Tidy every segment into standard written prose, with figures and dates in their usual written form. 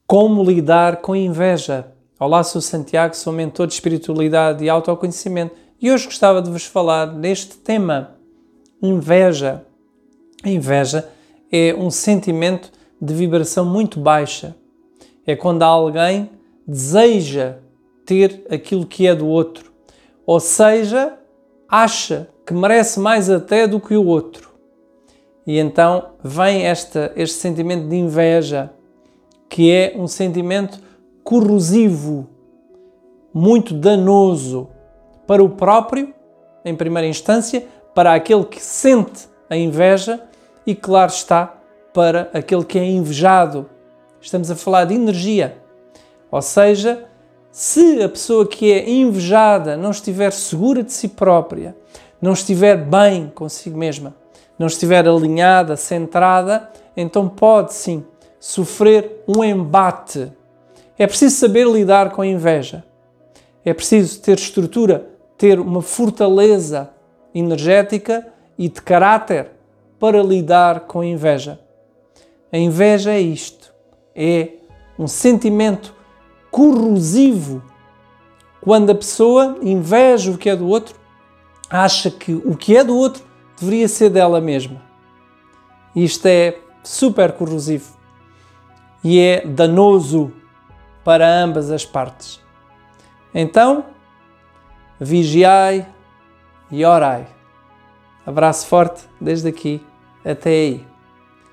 Como lidar com inveja? Olá, sou Santiago, sou mentor de espiritualidade e autoconhecimento e hoje gostava de vos falar neste tema, inveja. A inveja é um sentimento de vibração muito baixa. É quando alguém deseja ter aquilo que é do outro, ou seja, acha que merece mais até do que o outro. E então vem este sentimento de inveja, que é um sentimento corrosivo, muito danoso para o próprio, em primeira instância, para aquele que sente a inveja e, claro está, para aquele que é invejado. Estamos a falar de energia. Ou seja, se a pessoa que é invejada não estiver segura de si própria, não estiver bem consigo mesma, não estiver alinhada, centrada, então pode sim sofrer um embate. É preciso saber lidar com a inveja. É preciso ter estrutura, ter uma fortaleza energética e de caráter para lidar com a inveja. A inveja é isto. É um sentimento corrosivo. Quando a pessoa inveja o que é do outro, acha que o que é do outro deveria ser dela mesma. Isto é super corrosivo e é danoso para ambas as partes. Então, vigiai e orai. Abraço forte desde aqui até aí.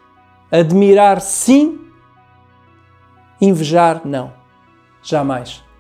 Admirar sim, invejar não. Jamais.